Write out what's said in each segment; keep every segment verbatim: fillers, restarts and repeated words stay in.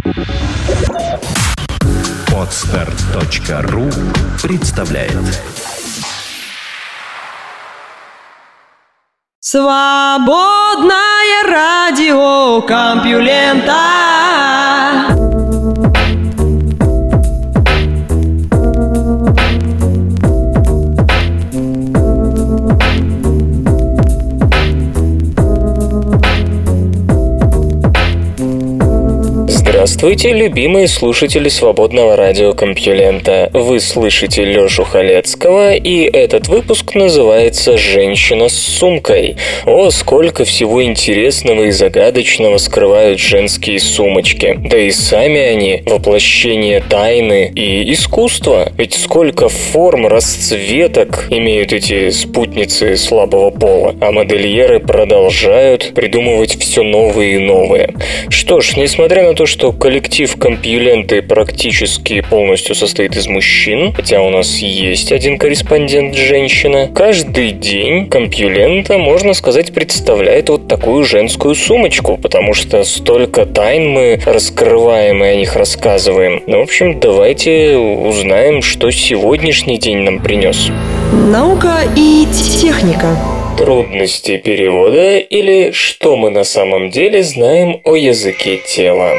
Подстар точка ру представляет. Свободное радио Компьюлента. Здравствуйте, любимые слушатели свободного радио Компьюлента. Вы слышите Лёшу Халецкого, и этот выпуск называется «Женщина с сумкой». О, сколько всего интересного и загадочного скрывают женские сумочки. Да и сами они — воплощение тайны и искусства. Ведь сколько форм, расцветок имеют эти спутницы слабого пола. А модельеры продолжают придумывать все новые и новые. Что ж, несмотря на то, что коллектив Компьюленты практически полностью состоит из мужчин, хотя у нас есть один корреспондент женщина, каждый день Компьюлента, можно сказать, представляет вот такую женскую сумочку, потому что столько тайн мы раскрываем и о них рассказываем. Ну, в общем, давайте узнаем, что сегодняшний день нам принес. Наука и техника. Трудности перевода или что мы на самом деле знаем о языке тела.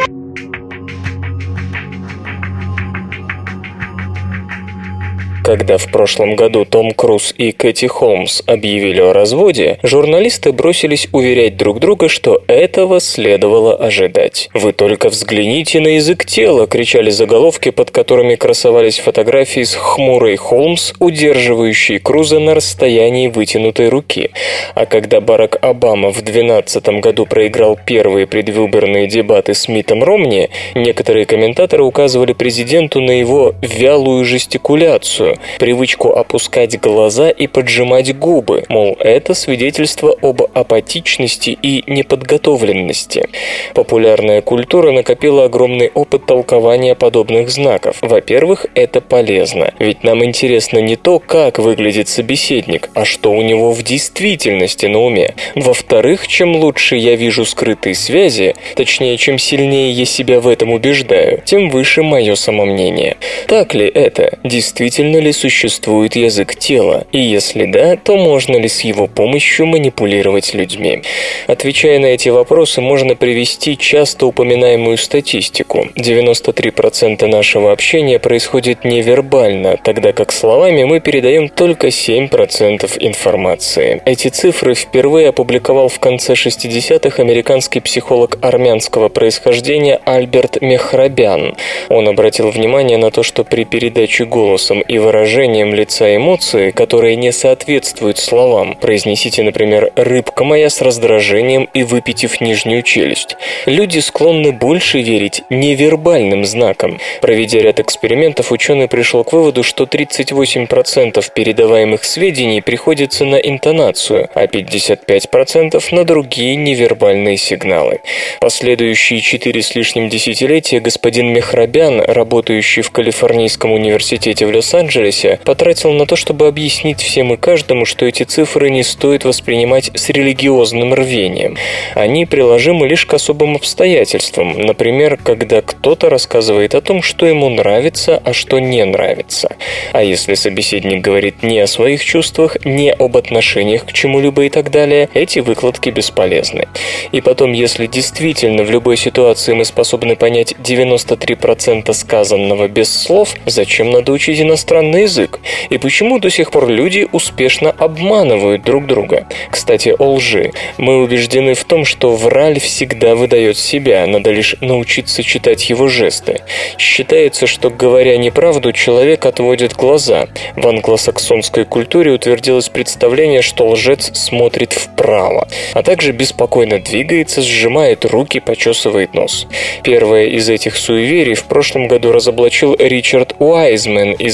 Когда в прошлом году Том Круз и Кэти Холмс объявили о разводе, журналисты бросились уверять друг друга, что этого следовало ожидать. «Вы только взгляните на язык тела!» — кричали заголовки, под которыми красовались фотографии с хмурой Холмс, удерживающей Круза на расстоянии вытянутой руки. А когда Барак Обама в две тысячи двенадцатом году проиграл первые предвыборные дебаты с Миттом Ромни, некоторые комментаторы указывали президенту на его вялую жестикуляцию, привычку опускать глаза и поджимать губы, мол, это свидетельство об апатичности и неподготовленности. Популярная культура накопила огромный опыт толкования подобных знаков. Во-первых, это полезно, ведь нам интересно не то, как выглядит собеседник, а что у него в действительности на уме. Во-вторых, чем лучше я вижу скрытые связи, точнее, чем сильнее я себя в этом убеждаю, тем выше мое самомнение. Так ли это? Действительно ли существует язык тела? И если да, то можно ли с его помощью манипулировать людьми? Отвечая на эти вопросы, можно привести часто упоминаемую статистику. девяносто три процента нашего общения происходит невербально, тогда как словами мы передаем только семь процентов информации. Эти цифры впервые опубликовал в конце шестидесятых американский психолог армянского происхождения Альберт Мехрабян. Он обратил внимание на то, что при передаче голосом и выражением лица эмоции, которые не соответствуют словам. Произнесите, например, «рыбка моя» с раздражением и выпитив нижнюю челюсть. Люди склонны больше верить невербальным знакам. Проведя ряд экспериментов, ученый пришел к выводу, что тридцать восемь процентов передаваемых сведений приходится на интонацию, а пятьдесят пять процентов на другие невербальные сигналы. Последующие четыре с лишним десятилетия господин Мехрабян, работающий в Калифорнийском университете в Лос-Анджелесе, потратил на то, чтобы объяснить всем и каждому, что эти цифры не стоит воспринимать с религиозным рвением. Они приложимы лишь к особым обстоятельствам, например, когда кто-то рассказывает о том, что ему нравится, а что не нравится. А если собеседник говорит не о своих чувствах, не об отношениях к чему-либо и так далее, эти выкладки бесполезны. И потом, если действительно в любой ситуации мы способны понять девяносто три процента сказанного без слов, зачем надо учить иностранный язык? И почему до сих пор люди успешно обманывают друг друга? Кстати, о лжи. Мы убеждены в том, что враль всегда выдает себя, надо лишь научиться читать его жесты. Считается, что, говоря неправду, человек отводит глаза. В англосаксонской культуре утвердилось представление, что лжец смотрит вправо, а также беспокойно двигается, сжимает руки, почесывает нос. Первое из этих суеверий в прошлом году разоблачил Ричард Уайзман из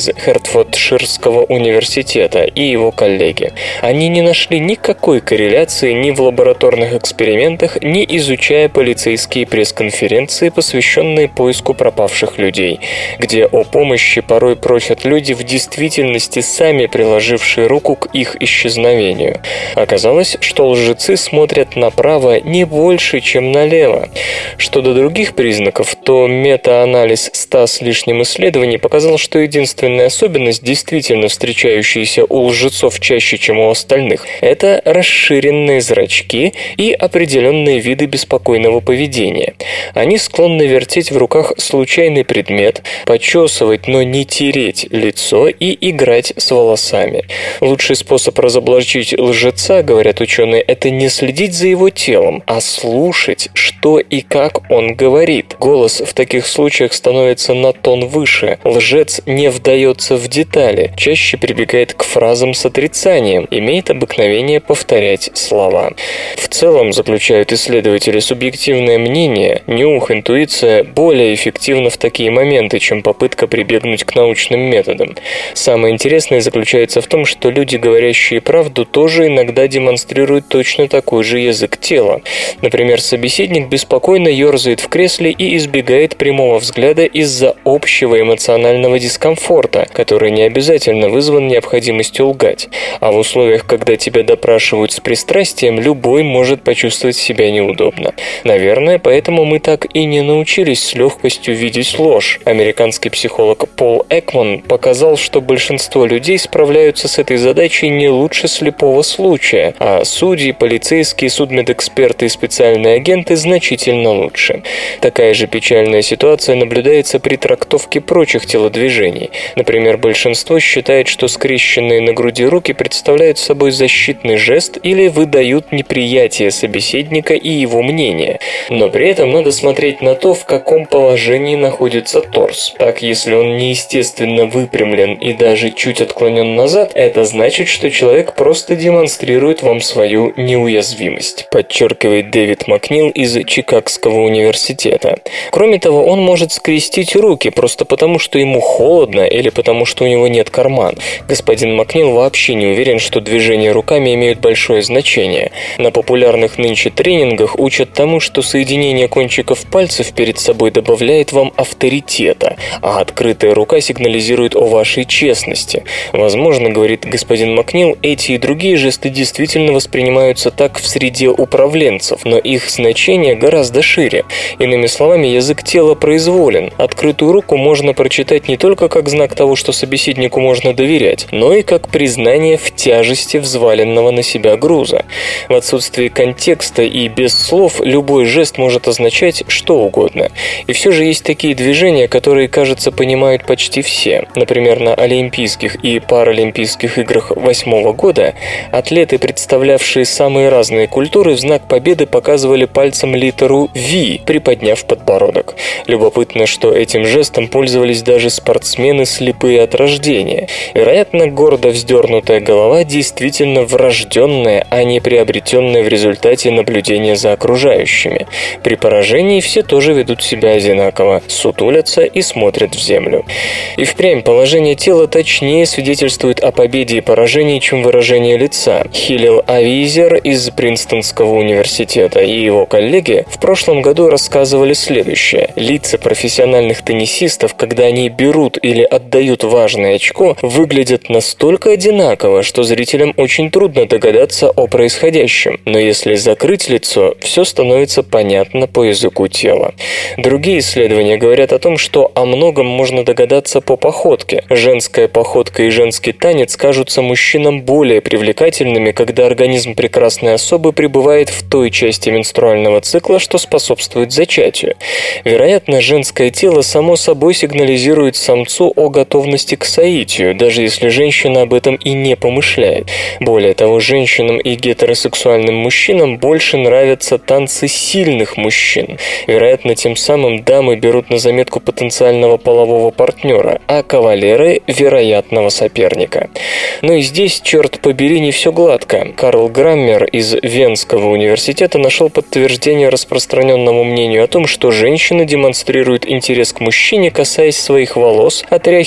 Хертфордширского университета и его коллеги. Они не нашли никакой корреляции ни в лабораторных экспериментах, ни изучая полицейские пресс-конференции, посвященные поиску пропавших людей, где о помощи порой просят люди, в действительности сами приложившие руку к их исчезновению. Оказалось, что лжецы смотрят направо не больше, чем налево. Что до других признаков, то мета-анализ ста с лишним исследований показал, что единственная особенность, действительно встречающаяся у лжецов чаще, чем у остальных, это расширенные зрачки и определенные виды беспокойного поведения. Они склонны вертеть в руках случайный предмет, почесывать, но не тереть лицо и играть с волосами. Лучший способ разоблачить лжеца, говорят ученые, это не следить за его телом, а слушать, что и как он говорит. Голос в таких случаях становится на тон выше. Лжец не вдается в детали, чаще прибегает к фразам с отрицанием, имеет обыкновение повторять слова. В целом, заключают исследователи, субъективное мнение, нюх, интуиция более эффективна в такие моменты, чем попытка прибегнуть к научным методам. Самое интересное заключается в том, что люди, говорящие правду, тоже иногда демонстрируют точно такой же язык тела. Например, собеседник беспокойно ерзает в кресле и избегает прямого взгляда из-за общего эмоционального дискомфорта, который не обязательно вызван необходимостью лгать. А в условиях, когда тебя допрашивают с пристрастием, любой может почувствовать себя неудобно. Наверное, поэтому мы так и не научились с легкостью видеть ложь. Американский психолог Пол Экман показал, что большинство людей справляются с этой задачей не лучше слепого случая, а судьи, полицейские, судмедэксперты и специальные агенты значительно лучше. Такая же печальная ситуация наблюдается при трактовке прочих телодвижений. Например, большинство считает, что скрещенные на груди руки представляют собой защитный жест или выдают неприятие собеседника и его мнение. Но при этом надо смотреть на то, в каком положении находится торс. Так, если он неестественно выпрямлен и даже чуть отклонен назад, это значит, что человек просто демонстрирует вам свою неуязвимость, подчеркивает Дэвид Макнил из Чикагского университета. Кроме того, он может скрестить руки просто потому, что ему холодно или потому, что у него нет карман. Господин Макнил вообще не уверен, что движения руками имеют большое значение. На популярных нынче тренингах учат тому, что соединение кончиков пальцев перед собой добавляет вам авторитета, а открытая рука сигнализирует о вашей честности. Возможно, говорит господин Макнил, эти и другие жесты действительно воспринимаются так в среде управленцев, но их значение гораздо шире. Иными словами, язык тела произволен. Открытую руку можно прочитать не только как знак того, что собеседнику можно доверять, но и как признание в тяжести взваленного на себя груза. В отсутствии контекста и без слов любой жест может означать что угодно. И все же есть такие движения, которые, кажется, понимают почти все. Например, на Олимпийских и Паралимпийских играх восьмого года атлеты, представлявшие самые разные культуры, в знак победы показывали пальцем литеру V, приподняв подбородок. Любопытно, что этим жестом пользовались даже спортсмены, слепые от рождения. Вероятно, гордо вздернутая голова действительно врожденная, а не приобретенная в результате наблюдения за окружающими. При поражении все тоже ведут себя одинаково, сутулятся и смотрят в землю. И впрямь положение тела точнее свидетельствует о победе и поражении, чем выражение лица. Хиллел Авизер из Принстонского университета и его коллеги в прошлом году рассказывали следующее. Лица профессиональных теннисистов, когда они берут или отдают важное очко, выглядят настолько одинаково, что зрителям очень трудно догадаться о происходящем. Но если закрыть лицо, все становится понятно по языку тела. Другие исследования говорят о том, что о многом можно догадаться по походке. Женская походка и женский танец кажутся мужчинам более привлекательными, когда организм прекрасной особы пребывает в той части менструального цикла, что способствует зачатию. Вероятно, женское тело само собой сигнализирует самцу о готовности к соитию, даже если женщина об этом и не помышляет. Более того, женщинам и гетеросексуальным мужчинам больше нравятся танцы сильных мужчин. Вероятно, тем самым дамы берут на заметку потенциального полового партнера, а кавалеры – вероятного соперника. Но и здесь, черт побери, не все гладко. Карл Граммер из Венского университета нашел подтверждение распространенному мнению о том, что женщины демонстрируют интерес к мужчине, касаясь своих волос, отряхивая одежду,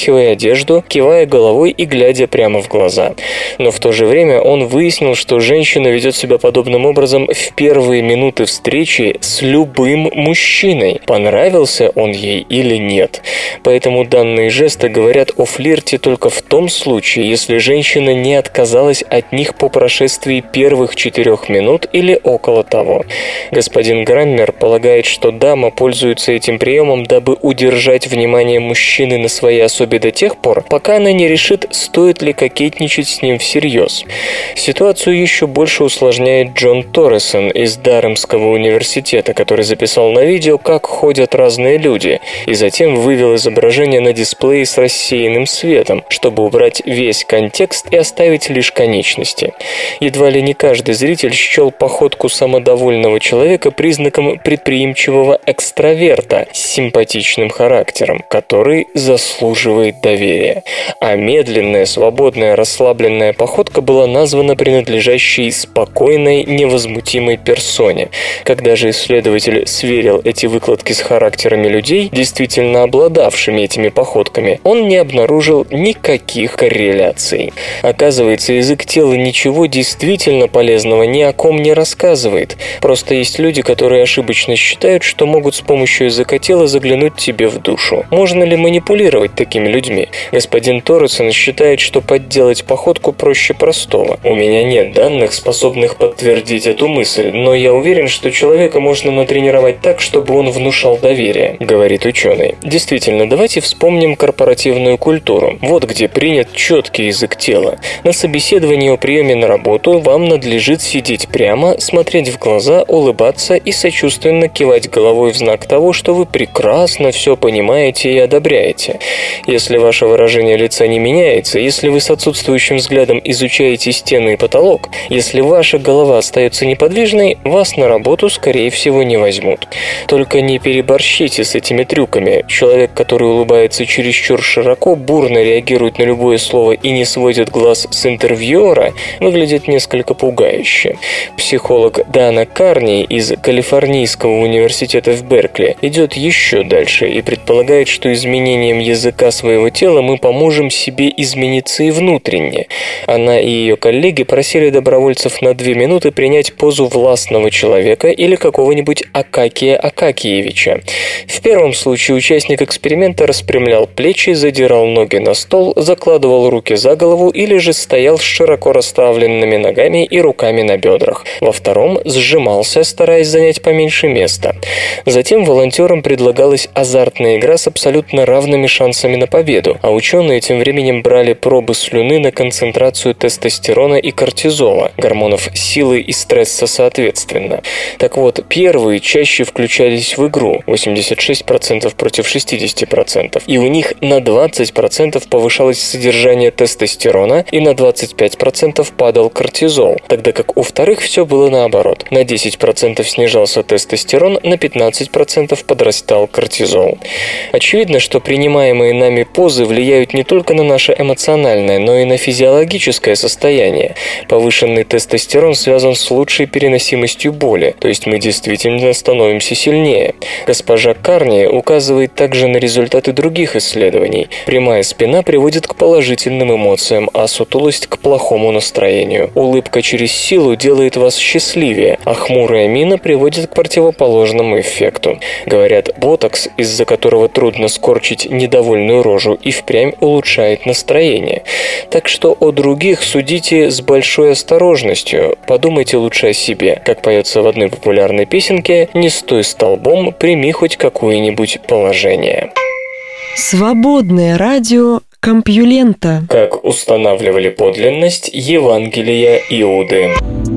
одежду, кивая головой и глядя прямо в глаза. Но в то же время он выяснил, что женщина ведет себя подобным образом в первые минуты встречи с любым мужчиной, понравился он ей или нет. Поэтому данные жесты говорят о флирте только в том случае, если женщина не отказалась от них по прошествии первых четырех минут или около того. Господин Граммер полагает, что дама пользуется этим приемом, дабы удержать внимание мужчины на своей особе до тех пор, пока она не решит, стоит ли кокетничать с ним всерьез. Ситуацию еще больше усложняет Джон Торресон из Даремского университета, который записал на видео, как ходят разные люди, и затем вывел изображение на дисплее с рассеянным светом, чтобы убрать весь контекст и оставить лишь конечности. Едва ли не каждый зритель счел походку самодовольного человека признаком предприимчивого экстраверта с симпатичным характером, который заслуживает доверия. А медленная, свободная, расслабленная походка была названа принадлежащей спокойной, невозмутимой персоне. Когда же исследователь сверил эти выкладки с характерами людей, действительно обладавшими этими походками, он не обнаружил никаких корреляций. Оказывается, язык тела ничего действительно полезного ни о ком не рассказывает. Просто есть люди, которые ошибочно считают, что могут с помощью языка тела заглянуть тебе в душу. Можно ли манипулировать такими людьми? Господин Торресон считает, что подделать походку проще простого. У меня нет данных, способных подтвердить эту мысль, но я уверен, что человека можно натренировать так, чтобы он внушал доверие, говорит ученый. Действительно, давайте вспомним корпоративную культуру. Вот где принят четкий язык тела. На собеседовании о приеме на работу вам надлежит сидеть прямо, смотреть в глаза, улыбаться и сочувственно кивать головой в знак того, что вы прекрасно все понимаете и одобряете. Если ваше выражение лица не меняется, если вы с отсутствующим взглядом изучаете стены и потолок, если ваша голова остается неподвижной, вас на работу, скорее всего, не возьмут. Только не переборщите с этими трюками. Человек, который улыбается чересчур широко, бурно реагирует на любое слово и не сводит глаз с интервьюера, выглядит несколько пугающе. Психолог Дана Карни из Калифорнийского университета в Беркли идет еще дальше и предполагает, что изменением языка своего тела мы поможем себе измениться и внутренне. Она и ее коллеги просили добровольцев на две минуты принять позу властного человека или какого-нибудь Акакия Акакиевича. В первом случае участник эксперимента распрямлял плечи, задирал ноги на стол, закладывал руки за голову или же стоял с широко расставленными ногами и руками на бедрах. Во втором сжимался, стараясь занять поменьше места. Затем волонтерам предлагалась азартная игра с абсолютно равными шансами на победу, а ученые тем временем брали пробы слюны на концентрацию тестостерона и кортизола, гормонов силы и стресса соответственно. Так вот, первые чаще включались в игру, восемьдесят шесть процентов против шестьдесят процентов, и у них на двадцать процентов повышалось содержание тестостерона и на двадцать пять процентов падал кортизол, тогда как у вторых все было наоборот. На десять процентов снижался тестостерон, на пятнадцать процентов подрастал кортизол. Очевидно, что принимаемые нами позы влияют не только на наше эмоциональное, но и на физиологическое состояние. Повышенный тестостерон связан с лучшей переносимостью боли, то есть мы действительно становимся сильнее. Госпожа Карни указывает также на результаты других исследований. Прямая спина приводит к положительным эмоциям, а сутулость к плохому настроению. Улыбка через силу делает вас счастливее, а хмурая мина приводит к противоположному эффекту. Говорят, ботокс, из-за которого трудно скорчить недовольную рожу, и впрямь улучшает настроение. Так что о других судите с большой осторожностью, подумайте лучше о себе. Как поется в одной популярной песенке, «Не стой столбом, прими хоть какое-нибудь положение». Свободное радио Компьюлента. Как устанавливали подлинность Евангелия Иуды.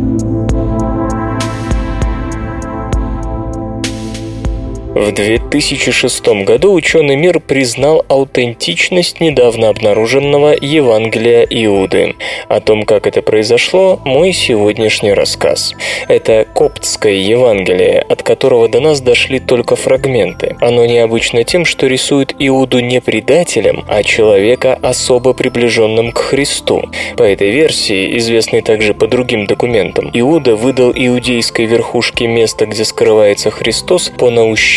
В две тысячи шестом году ученый мир признал аутентичность недавно обнаруженного Евангелия Иуды. О том, как это произошло, мой сегодняшний рассказ. Это коптское Евангелие, от которого до нас дошли только фрагменты. Оно необычно тем, что рисует Иуду не предателем, а человека, особо приближенным к Христу. По этой версии, известной также по другим документам, Иуда выдал иудейской верхушке место, где скрывается Христос, по наущению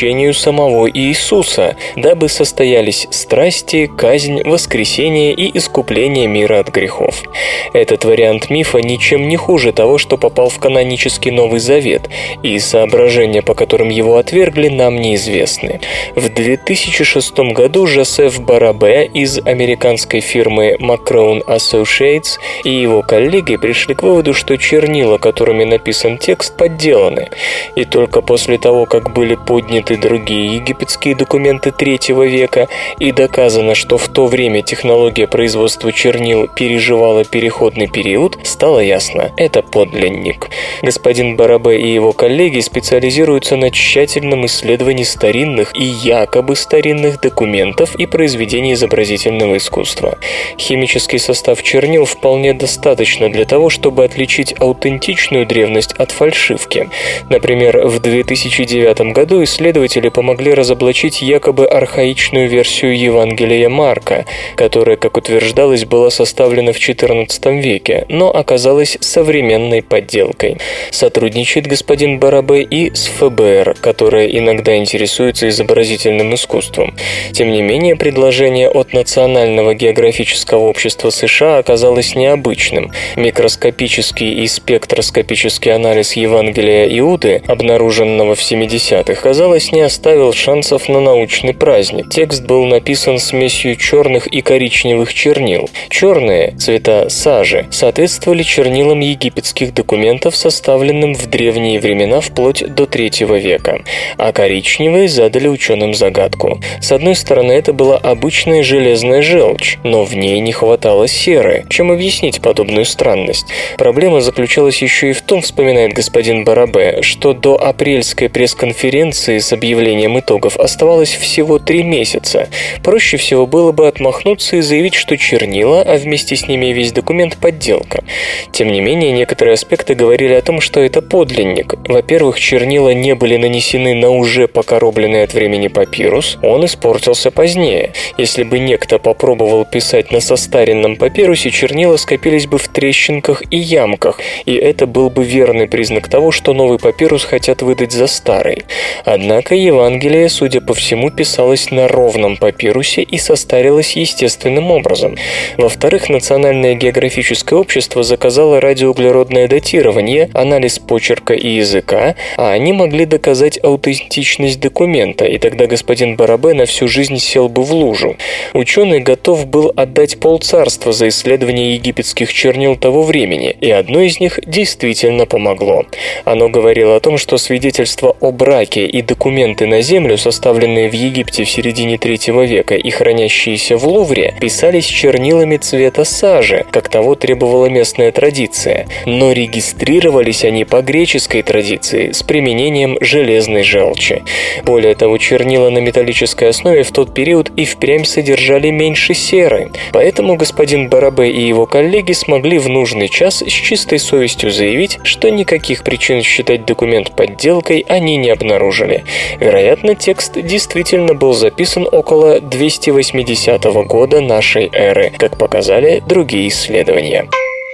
воплощению самого Иисуса, дабы состоялись страсти, казнь, воскресение и искупление мира от грехов. Этот вариант мифа ничем не хуже того, что попал в канонический Новый Завет, и соображения, по которым его отвергли, нам неизвестны. В две тысячи шестом году Жозеф Барабе из американской фирмы Macron Associates и его коллеги пришли к выводу, что чернила, которыми написан текст, подделаны. И только после того, как были подняты другие египетские документы третьего века и доказано, что в то время технология производства чернил переживала переходный период, стало ясно – это подлинник. Господин Барабе и его коллеги специализируются на тщательном исследовании старинных и якобы старинных документов и произведений изобразительного искусства. Химический состав чернил вполне достаточно для того, чтобы отличить аутентичную древность от фальшивки. Например, в две тысячи девятом году исследователи помогли разоблачить якобы архаичную версию Евангелия Марка, которая, как утверждалось, была составлена в четырнадцатом веке, но оказалась современной подделкой. Сотрудничает господин Барабе и с эф бэ эр, которая иногда интересуется изобразительным искусством. Тем не менее, предложение от Национального географического общества США оказалось необычным. Микроскопический и спектроскопический анализ Евангелия Иуды, обнаруженного в семидесятых, казалось, не оставил шансов на научный праздник. Текст был написан смесью черных и коричневых чернил. Черные, цвета сажи, соответствовали чернилам египетских документов, составленным в древние времена вплоть до третьего века. А коричневые задали ученым загадку. С одной стороны, это была обычная железная желчь, но в ней не хватало серы. Чем объяснить подобную странность? Проблема заключалась еще и в том, вспоминает господин Барабе, что до апрельской пресс-конференции с объявлением итогов оставалось всего три месяца. Проще всего было бы отмахнуться и заявить, что чернила, а вместе с ними и весь документ – подделка. Тем не менее, некоторые аспекты говорили о том, что это подлинник. Во-первых, чернила не были нанесены на уже покоробленный от времени папирус, он испортился позднее. Если бы некто попробовал писать на состаренном папирусе, чернила скопились бы в трещинках и ямках, и это был бы верный признак того, что новый папирус хотят выдать за старый. Однако Евангелие, судя по всему, писалось на ровном папирусе и состарилось естественным образом. Во-вторых, Национальное географическое общество заказало радиоуглеродное датирование, анализ почерка и языка, а они могли доказать аутентичность документа, и тогда господин Барабе на всю жизнь сел бы в лужу. Ученый готов был отдать полцарства за исследование египетских чернил того времени, и одно из них действительно помогло. Оно говорило о том, что свидетельства о браке и документы на землю, составленные в Египте в середине третьего века и хранящиеся в Лувре, писались чернилами цвета сажи, как того требовала местная традиция, но регистрировались они по греческой традиции с применением железной желчи. Более того, чернила на металлической основе в тот период и впрямь содержали меньше серы, поэтому господин Барабе и его коллеги смогли в нужный час с чистой совестью заявить, что никаких причин считать документ подделкой они не обнаружили. Вероятно, текст действительно был записан около двести восьмидесятого года нашей эры, как показали другие исследования.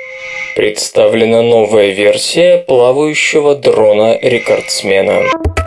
Представлена новая версия плавающего дрона-рекордсмена.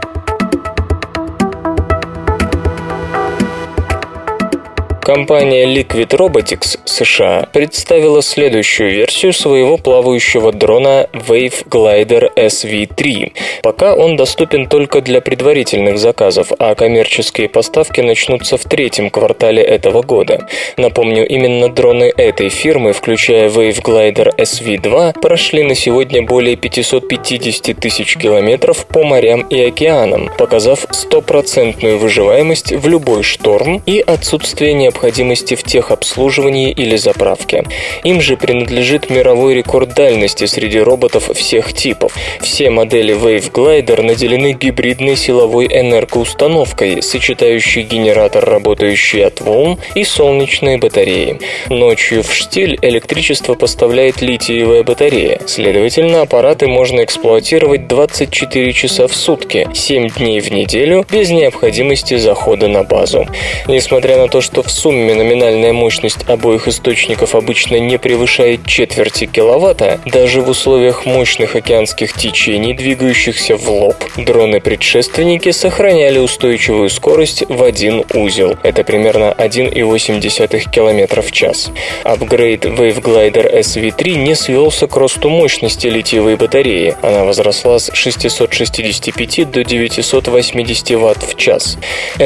Компания Liquid Robotics США представила следующую версию своего плавающего дрона Wave Glider эс ви три. Пока он доступен только для предварительных заказов, а коммерческие поставки начнутся в третьем квартале этого года. Напомню, именно дроны этой фирмы, включая Wave Glider эс ви два, прошли на сегодня более пятьсот пятьдесят тысяч километров по морям и океанам, показав стопроцентную выживаемость в любой шторм и отсутствие необходимости необходимости в техобслуживании или заправке. Им же принадлежит мировой рекорд дальности среди роботов всех типов. Все модели Wave Glider наделены гибридной силовой энергоустановкой, сочетающей генератор, работающий от волн, и солнечные батареи. Ночью в штиль электричество поставляет литиевая батарея. Следовательно, аппараты можно эксплуатировать двадцать четыре часа в сутки, семь дней в неделю, без необходимости захода на базу. Несмотря на то, что в сумме номинальная мощность обоих источников обычно не превышает четверти киловатта, даже в условиях мощных океанских течений, двигающихся в лоб, дроны-предшественники сохраняли устойчивую скорость в один узел. Это примерно один и восемь десятых километра в час. Апгрейд Waveglider эс ви три не свелся к росту мощности литиевой батареи. Она возросла с шестисот шестидесяти пяти до девятисот восьмидесяти ватт в час.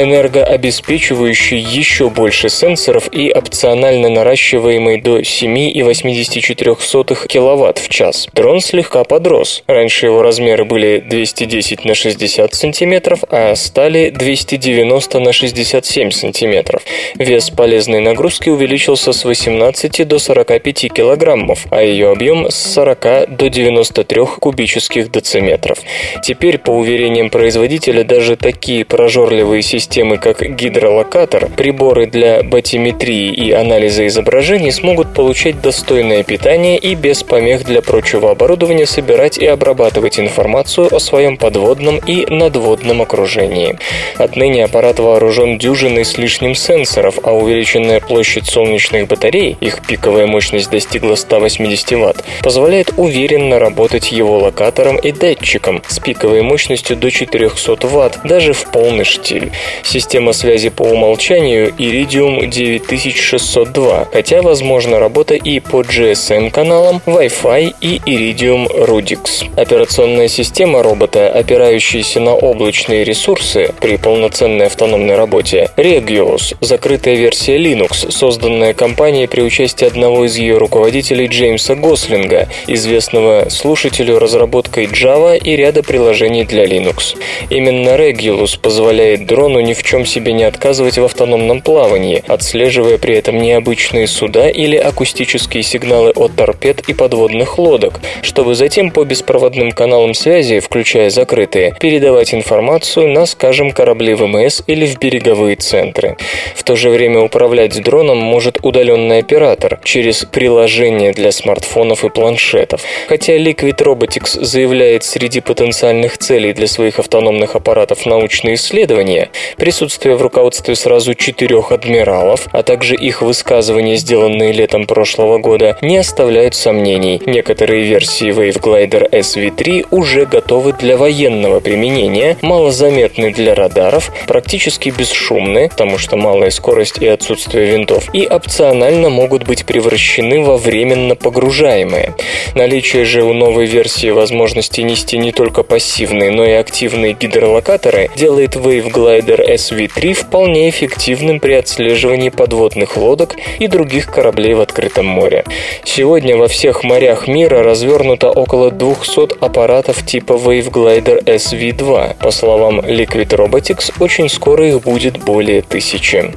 Энергообеспечивающий еще больше сенсоров и опционально наращиваемый до семь и восемьдесят четыре сотых киловатт в час. Дрон слегка подрос. Раньше его размеры были двести десять на шестьдесят сантиметров, а стали двести девяносто на шестьдесят семь сантиметров. Вес полезной нагрузки увеличился с восемнадцати до сорока пяти килограммов, а ее объем с сорока до девяноста трёх кубических дециметров. Теперь, по уверениям производителя, даже такие прожорливые системы, как гидролокатор, приборы для батиметрии и анализа изображений смогут получать достойное питание и без помех для прочего оборудования собирать и обрабатывать информацию о своем подводном и надводном окружении. Отныне аппарат вооружен дюжиной с лишним сенсоров, а увеличенная площадь солнечных батарей, их пиковая мощность достигла ста восьмидесяти ватт, позволяет уверенно работать его локатором и датчиком с пиковой мощностью до четырехсот ватт, даже в полный штиль. Система связи по умолчанию Iridium девять тысяч шестьсот два, хотя возможна работа и по джи эс эм-каналам, Wi-Fi и Iridium Rudix. Операционная система робота, опирающаяся на облачные ресурсы при полноценной автономной работе, Regulus, закрытая версия Linux, созданная компанией при участии одного из ее руководителей Джеймса Гослинга, известного слушателю разработкой Java и ряда приложений для Linux. Именно Regulus позволяет дрону ни в чем себе не отказывать в автономном плавании, отслеживая при этом необычные суда или акустические сигналы от торпед и подводных лодок, чтобы затем по беспроводным каналам связи, включая закрытые, передавать информацию на, скажем, корабли ВМС или в береговые центры. В то же время управлять дроном может удаленный оператор через приложение для смартфонов и планшетов. Хотя Liquid Robotics заявляет среди потенциальных целей для своих автономных аппаратов научные исследования, присутствие в руководстве сразу четырех адмиралов, а также их высказывания, сделанные летом прошлого года, не оставляют сомнений. Некоторые версии Waveglider эс ви три уже готовы для военного применения, малозаметны для радаров, практически бесшумны, потому что малая скорость и отсутствие винтов, и опционально могут быть превращены во временно погружаемые. Наличие же у новой версии возможности нести не только пассивные, но и активные гидролокаторы делает Waveglider эс ви три вполне эффективным при отслеживании подводных лодок и других кораблей в открытом море. Сегодня во всех морях мира развернуто около двухсот аппаратов типа Waveglider эс ви два. По словам Liquid Robotics, очень скоро их будет более тысячи.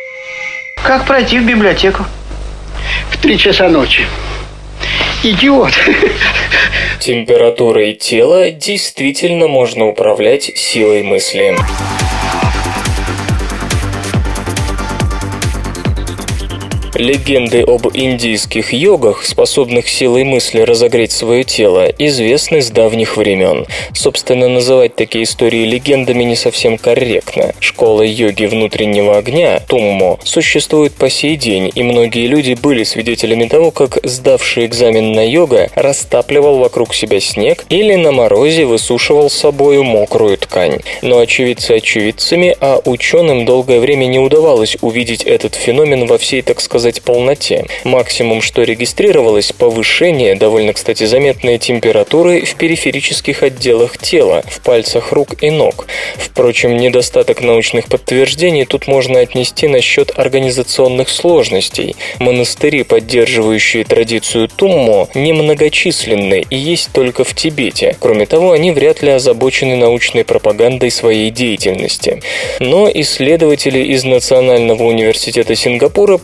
Как пройти в библиотеку? В три часа ночи. Идиот. Температурой тела действительно можно управлять силой мысли. Легенды об индийских йогах, способных силой мысли разогреть свое тело, известны с давних времен. Собственно, называть такие истории легендами не совсем корректно. Школа йоги внутреннего огня, Туммо, существует по сей день, и многие люди были свидетелями того, как сдавший экзамен на йога растапливал вокруг себя снег или на морозе высушивал с собою мокрую ткань. Но очевидцы очевидцами, а ученым долгое время не удавалось увидеть этот феномен во всей, так сказать, полноте. Максимум, что регистрировалось, повышение, довольно, кстати, заметной температуры в периферических отделах тела, в пальцах рук и ног. Впрочем, недостаток научных подтверждений тут можно отнести на счет организационных сложностей. Монастыри, поддерживающие традицию Туммо, немногочисленны и есть только в Тибете. Кроме того, они вряд ли озабочены научной пропагандой своей деятельности. Но исследователи из Национального университета Сингапура проявили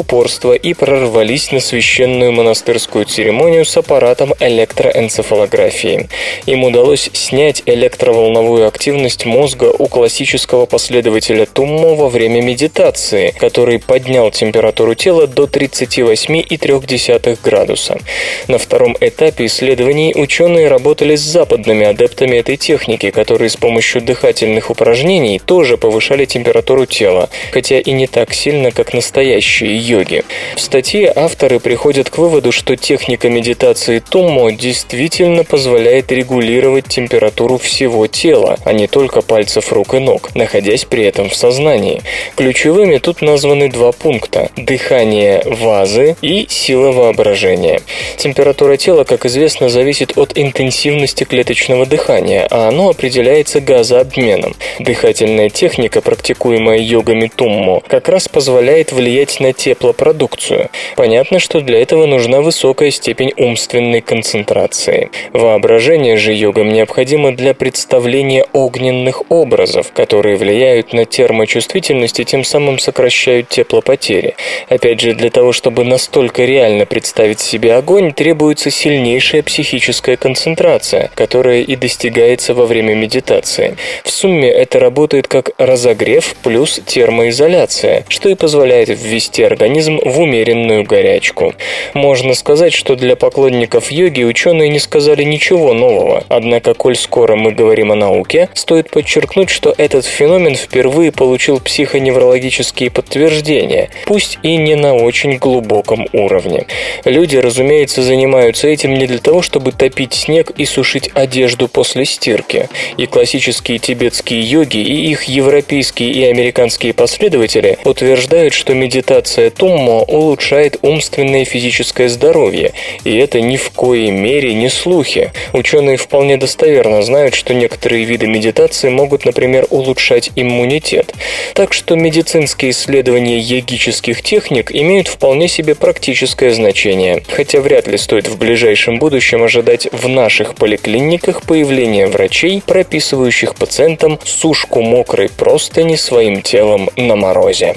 упорства и прорвались на священную монастырскую церемонию с аппаратом электроэнцефалографии. Им удалось снять электроволновую активность мозга у классического последователя Туммо во время медитации, который поднял температуру тела до тридцать восемь целых три десятых градуса. На втором этапе исследований ученые работали с западными адептами этой техники, которые с помощью дыхательных упражнений тоже повышали температуру тела, хотя и не так сильно, как настоящие йоги. В статье авторы приходят к выводу, что техника медитации Туммо действительно позволяет регулировать температуру всего тела, а не только пальцев рук и ног, находясь при этом в сознании. Ключевыми тут названы два пункта – дыхание вазы и сила воображения. Температура тела, как известно, зависит от интенсивности клеточного дыхания, а оно определяется газообменом. Дыхательная техника, практикуемая йогами Туммо, как раз позволяет влиять на теплопродукцию. Понятно, что для этого нужна высокая степень умственной концентрации. Воображение же йогам необходимо для представления огненных образов, которые влияют на термочувствительность и тем самым сокращают теплопотери. Опять же, для того, чтобы настолько реально представить себе огонь, требуется сильнейшая психическая концентрация, которая и достигается во время медитации. В сумме это работает как разогрев плюс термоизоляция, что и позволяет ввести организм в умеренную горячку. Можно сказать, что для поклонников йоги ученые не сказали ничего нового, однако, коль скоро мы говорим о науке, стоит подчеркнуть, что этот феномен впервые получил психоневрологические подтверждения, пусть и не на очень глубоком уровне. Люди, разумеется, занимаются этим не для того, чтобы топить снег и сушить одежду после стирки. И классические тибетские йоги, и их европейские и американские последователи утверждают, что медитация Туммо улучшает умственное и физическое здоровье, и это ни в коей мере не слухи. Ученые вполне достоверно знают, что некоторые виды медитации могут, например, улучшать иммунитет. Так что медицинские исследования йогических техник имеют вполне себе практическое значение, хотя вряд ли стоит в ближайшем будущем ожидать в наших поликлиниках появления врачей, прописывающих пациентам сушку мокрой простыни своим телом на морозе.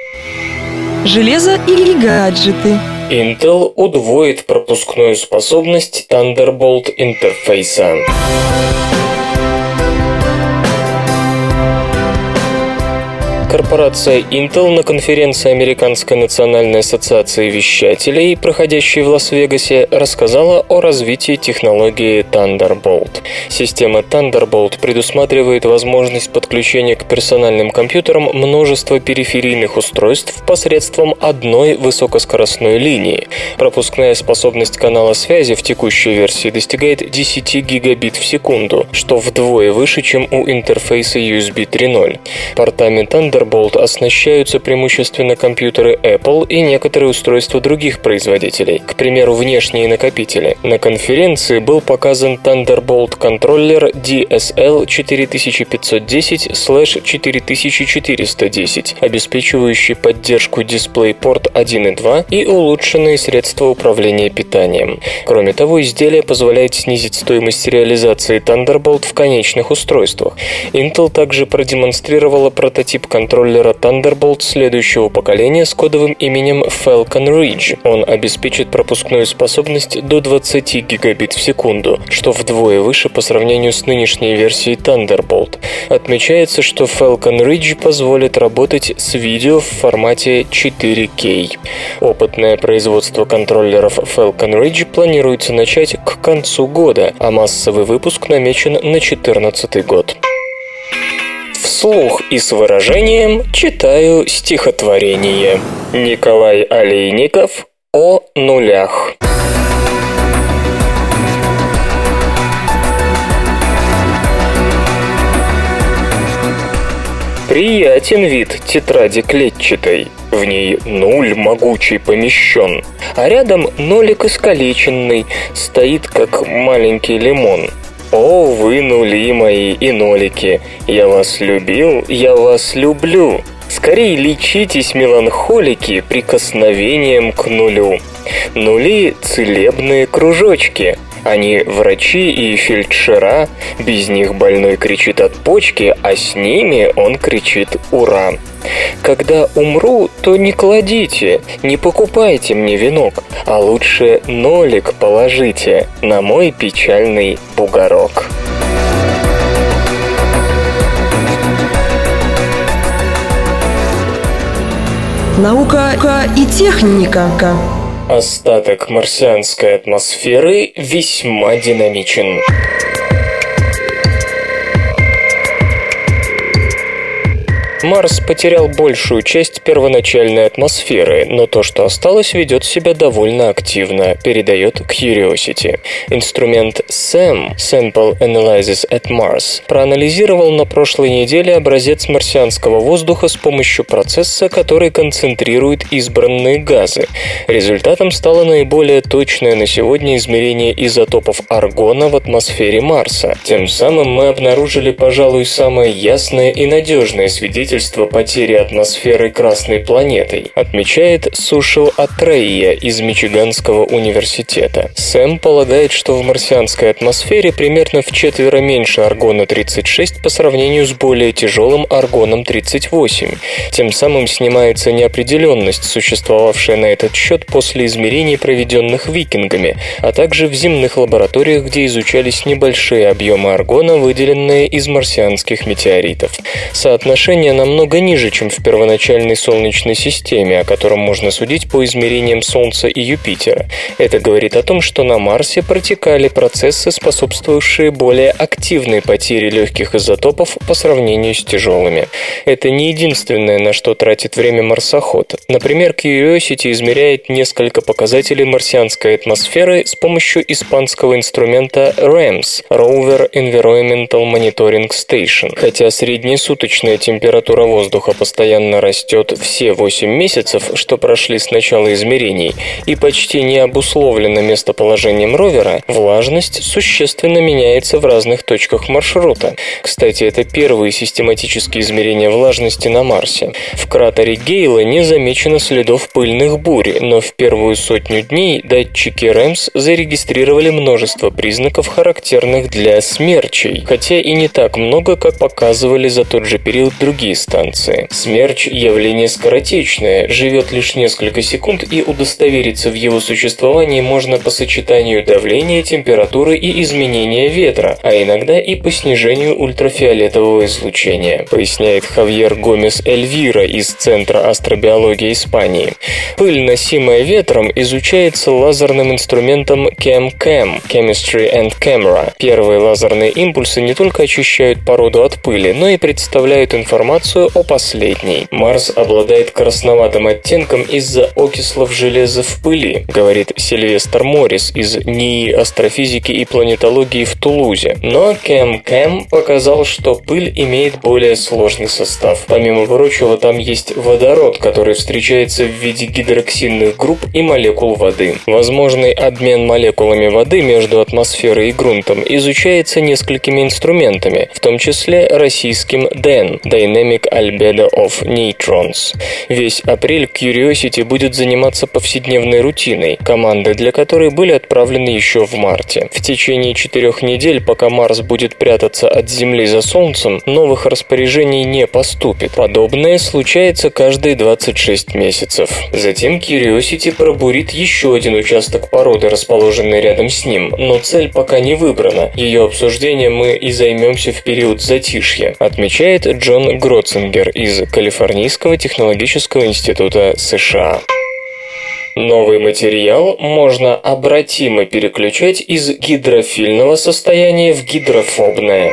Железо или гаджеты. Intel удвоит пропускную способность Thunderbolt интерфейса. Корпорация Intel на конференции Американской национальной ассоциации вещателей, проходящей в Лас-Вегасе, рассказала о развитии технологии Thunderbolt. Система Thunderbolt предусматривает возможность подключения к персональным компьютерам множества периферийных устройств посредством одной высокоскоростной линии. Пропускная способность канала связи в текущей версии достигает десять гигабит в секунду, что вдвое выше, чем у интерфейса ю эс би три ноль. Портами Thunderbolt оснащаются преимущественно компьютеры Apple и некоторые устройства других производителей, к примеру, внешние накопители. На конференции был показан Thunderbolt контроллер ди эс эл четыре тысячи пятьсот десять четыре тысячи четыреста десять, обеспечивающий поддержку DisplayPort один и два и улучшенные средства управления питанием. Кроме того, изделие позволяет снизить стоимость реализации Thunderbolt в конечных устройствах. Intel также продемонстрировала прототип контроллера контроллера Thunderbolt следующего поколения с кодовым именем Falcon Ridge. Он обеспечит пропускную способность до двадцать гигабит в секунду, что вдвое выше по сравнению с нынешней версией Thunderbolt. Отмечается, что Falcon Ridge позволит работать с видео в формате четыре кей. Опытное производство контроллеров Falcon Ridge планируется начать к концу года, а массовый выпуск намечен на две тысячи четырнадцатый год. Вслух и с выражением читаю стихотворение. Николай Олейников о нулях. Приятен вид тетради клетчатой, в ней нуль могучий помещен, а рядом нолик искалеченный стоит, как маленький лимон. О, вы нули мои и нолики, я вас любил, я вас люблю. Скорей лечитесь, меланхолики, прикосновением к нулю. Нули — целебные кружочки, Они врачи и фельдшера, без них больной кричит от почки, а с ними он кричит «Ура!». Когда умру, то не кладите, не покупайте мне венок, а лучше нолик положите на мой печальный бугорок. Наука и техника. Остаток марсианской атмосферы весьма динамичен. Марс потерял большую часть первоначальной атмосферы, но то, что осталось, ведет себя довольно активно, передает Curiosity. Инструмент сэм Sample Analysis at Mars проанализировал на прошлой неделе образец марсианского воздуха с помощью процесса, который концентрирует избранные газы. Результатом стало наиболее точное на сегодня измерение изотопов аргона в атмосфере Марса. Тем самым мы обнаружили, пожалуй, самое ясное и надежное свидетельство потери атмосферы Красной планетой, отмечает Сушил Атрейя из Мичиганского университета. Сэм полагает, что в марсианской атмосфере примерно вчетверо меньше аргона тридцать шесть по сравнению с более тяжелым аргоном тридцать восемь. Тем самым снимается неопределенность, существовавшая на этот счет после измерений, проведенных викингами, а также в земных лабораториях, где изучались небольшие объемы аргона, выделенные из марсианских метеоритов. Соотношение намного ниже, чем в первоначальной Солнечной системе, о котором можно судить по измерениям Солнца и Юпитера. Это говорит о том, что на Марсе протекали процессы, способствовавшие более активной потере легких изотопов по сравнению с тяжелыми. Это не единственное, на что тратит время марсоход. Например, Curiosity измеряет несколько показателей марсианской атмосферы с помощью испанского инструмента рамс – Rover Environmental Monitoring Station. Хотя среднесуточная температура воздуха постоянно растет все восемь месяцев, что прошли с начала измерений, и почти не обусловлено местоположением ровера, влажность существенно меняется в разных точках маршрута. Кстати, это первые систематические измерения влажности на Марсе. В кратере Гейла не замечено следов пыльных бурь, но в первую сотню дней датчики рамс зарегистрировали множество признаков, характерных для смерчей, хотя и не так много, как показывали за тот же период другие станции. Смерч – явление скоротечное, живет лишь несколько секунд, и удостовериться в его существовании можно по сочетанию давления, температуры и изменения ветра, а иногда и по снижению ультрафиолетового излучения, поясняет Хавьер Гомес Эльвира из Центра астробиологии Испании. Пыль, носимая ветром, изучается лазерным инструментом ChemCam – Chemistry and Camera. Первые лазерные импульсы не только очищают породу от пыли, но и представляют информацию о последней. Марс обладает красноватым оттенком из-за окислов железа в пыли, говорит Сильвестр Моррис из НИИ астрофизики и планетологии в Тулузе. Но ChemCam показал, что пыль имеет более сложный состав. Помимо прочего, там есть водород, который встречается в виде гидроксильных групп и молекул воды. Возможный обмен молекулами воды между атмосферой и грунтом изучается несколькими инструментами, в том числе российским ДЭН – Dynamic Albedo of Neutrons. Весь апрель Curiosity будет заниматься повседневной рутиной, команды для которой были отправлены еще в марте. В течение четырех недель, пока Марс будет прятаться от Земли за Солнцем, новых распоряжений не поступит. Подобное случается каждые двадцать шесть месяцев. Затем Curiosity пробурит еще один участок породы, расположенный рядом с ним, но цель пока не выбрана. Ее обсуждением мы и займемся в период затишья, отмечает Джон Гроцингер из Калифорнийского технологического института США. Новый материал можно обратимо переключать из гидрофильного состояния в гидрофобное.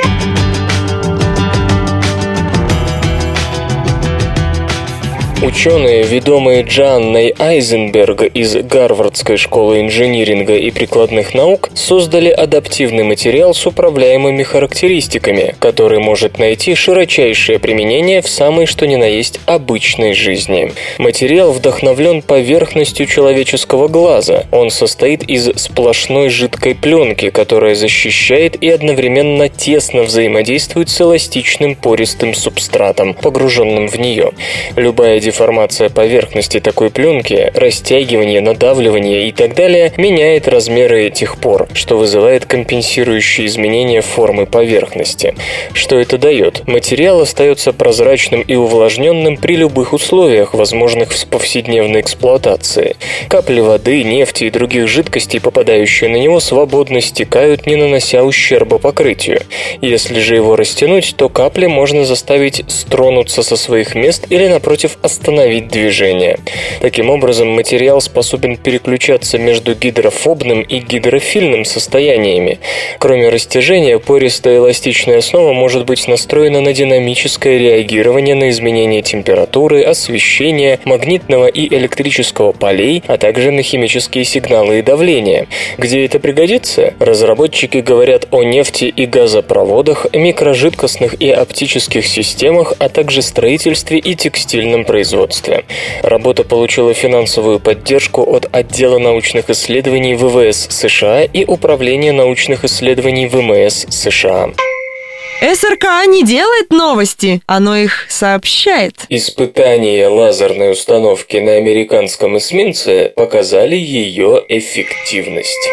Ученые, ведомые Джоанной Айзенберг из Гарвардской школы инжиниринга и прикладных наук, создали адаптивный материал с управляемыми характеристиками, который может найти широчайшее применение в самой что ни на есть обычной жизни. Материал вдохновлен поверхностью человеческого глаза. Он состоит из сплошной жидкой пленки, которая защищает и одновременно тесно взаимодействует с эластичным пористым субстратом, погруженным в нее. Любая Деформация поверхности такой пленки, растягивание, надавливание и так далее меняет размеры этих пор, что вызывает компенсирующие изменения формы поверхности. Что это дает? Материал остается прозрачным и увлажненным при любых условиях, возможных в повседневной эксплуатации. Капли воды, нефти и других жидкостей, попадающие на него, свободно стекают, не нанося ущерба покрытию. Если же его растянуть, то капли можно заставить стронуться со своих мест или, напротив, остановить движение. Таким образом, материал способен переключаться между гидрофобным и гидрофильным состояниями. Кроме растяжения, пористая эластичная основа может быть настроена на динамическое реагирование на изменения температуры, освещения, магнитного и электрического полей, а также на химические сигналы и давление. Где это пригодится? Разработчики говорят о нефти и газопроводах, микрожидкостных и оптических системах, а также строительстве и текстильном производстве. Работа получила финансовую поддержку от Отдела научных исследований ВВС США и Управления научных исследований ВМС США. СРК не делает новости, оно их сообщает. Испытания лазерной установки на американском эсминце показали ее эффективность.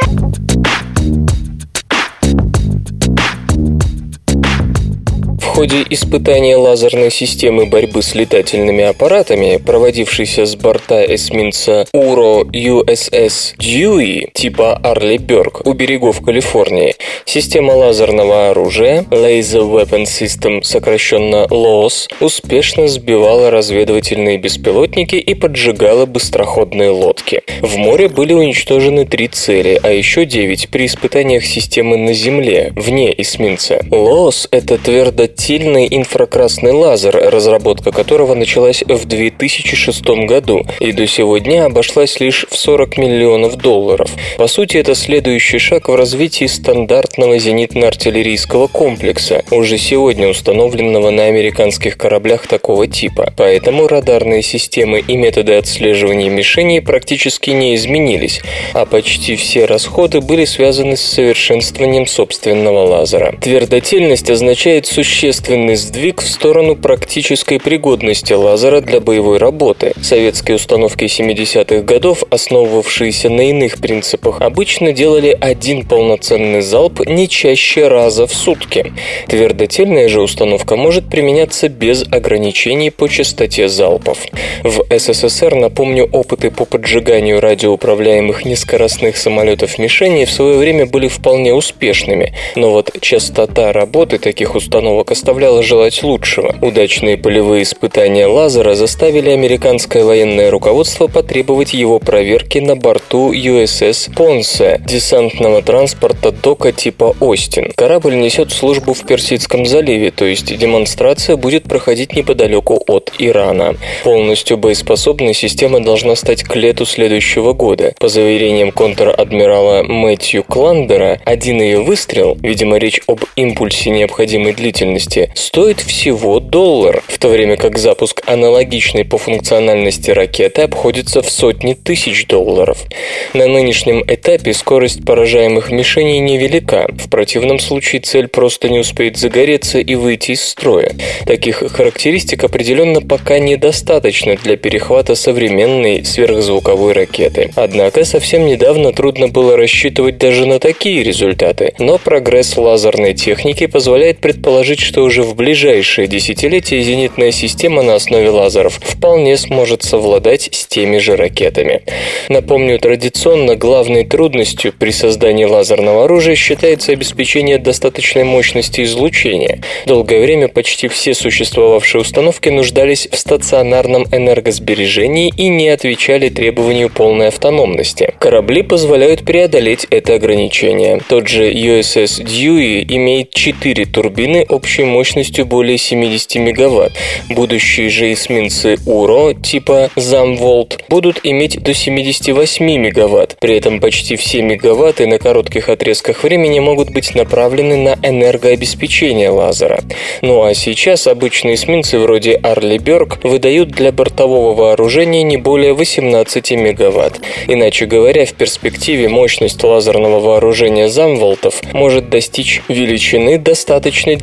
В ходе испытания лазерной системы борьбы с летательными аппаратами, проводившейся с борта эсминца Уро ю эс эс Дьюи типа Арли Бёрк у берегов Калифорнии, система лазерного оружия Laser Weapon System, сокращенно лоус, успешно сбивала разведывательные беспилотники и поджигала быстроходные лодки. В море были уничтожены три цели, а еще девять при испытаниях системы на земле, вне эсминца. лоус — это твердотельный инфракрасный лазер, разработка которого началась в две тысячи шестом году и до сего дня обошлась лишь в сорок миллионов долларов. По сути, это следующий шаг в развитии стандартного зенитно-артиллерийского комплекса, уже сегодня установленного на американских кораблях такого типа. Поэтому радарные системы и методы отслеживания мишеней практически не изменились, а почти все расходы были связаны с совершенствованием собственного лазера. Твердотельность означает существенность Существенный сдвиг в сторону практической пригодности лазера для боевой работы. Советские установки семидесятых годов, основывавшиеся на иных принципах, обычно делали один полноценный залп не чаще раза в сутки. Твердотельная же установка может применяться без ограничений по частоте залпов. В СССР, напомню, опыты по поджиганию радиоуправляемых низкоскоростных самолетов-мишеней в свое время были вполне успешными, но вот частота работы таких установок оставляло желать лучшего. Удачные полевые испытания лазера заставили американское военное руководство потребовать его проверки на борту ю эс эс Понсе, десантного транспорта дока типа Остин. Корабль несет службу в Персидском заливе, то есть демонстрация будет проходить неподалеку от Ирана. Полностью боеспособной система должна стать к лету следующего года. По заверениям контр-адмирала Мэтью Кландера, один ее выстрел, видимо речь об импульсе необходимой длительности, стоит всего доллар, в то время как запуск аналогичной по функциональности ракеты обходится в сотни тысяч долларов. На нынешнем этапе скорость поражаемых мишеней невелика, в противном случае цель просто не успеет загореться и выйти из строя. Таких характеристик определенно пока недостаточно для перехвата современной сверхзвуковой ракеты. Однако совсем недавно трудно было рассчитывать даже на такие результаты, но прогресс лазерной техники позволяет предположить, что уже в ближайшие десятилетия зенитная система на основе лазеров вполне сможет совладать с теми же ракетами. Напомню, традиционно главной трудностью при создании лазерного оружия считается обеспечение достаточной мощности излучения. Долгое время почти все существовавшие установки нуждались в стационарном энергосбережении и не отвечали требованию полной автономности. Корабли позволяют преодолеть это ограничение. Тот же ю эс эс Дьюи имеет четыре турбины общей мощностью более семьдесят мегаватт. Будущие же эсминцы Уро типа Замволт будут иметь до семьдесят восемь мегаватт. При этом почти все мегаватты на коротких отрезках времени могут быть направлены на энергообеспечение лазера. Ну а сейчас обычные эсминцы вроде Арли Бёрк выдают для бортового вооружения не более восемнадцать мегаватт. Иначе говоря, в перспективе мощность лазерного вооружения Замволтов может достичь величины, достаточной для поражения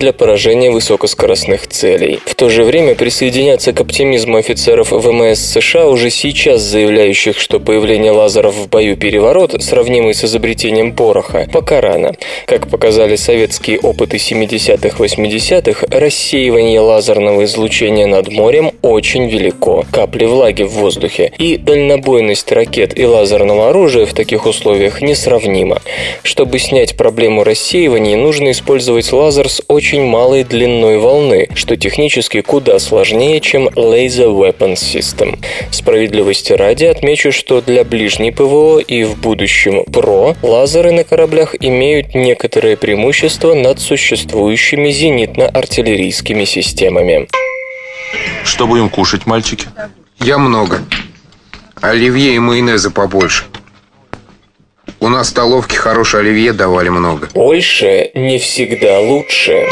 поражения высокоскоростных целей. В то же время присоединяться к оптимизму офицеров ВМС США, уже сейчас заявляющих, что появление лазеров в бою переворот, сравнимый с изобретением пороха, пока рано. Как показали советские опыты семидесятых-восьмидесятых, рассеивание лазерного излучения над морем очень велико, капли влаги в воздухе, и дальнобойность ракет и лазерного оружия в таких условиях несравнима. Чтобы снять проблему рассеивания, нужно использовать лазер с очень малой длиной волны, что технически куда сложнее, чем Laser Weapon System. Справедливости ради отмечу, что для ближней ПВО и в будущем ПРО лазеры на кораблях имеют некоторые преимущества над существующими зенитно-артиллерийскими системами. Что будем кушать, мальчики? Я много. Оливье и майонеза побольше. У нас в столовке хорошее оливье давали много. Больше не всегда лучше.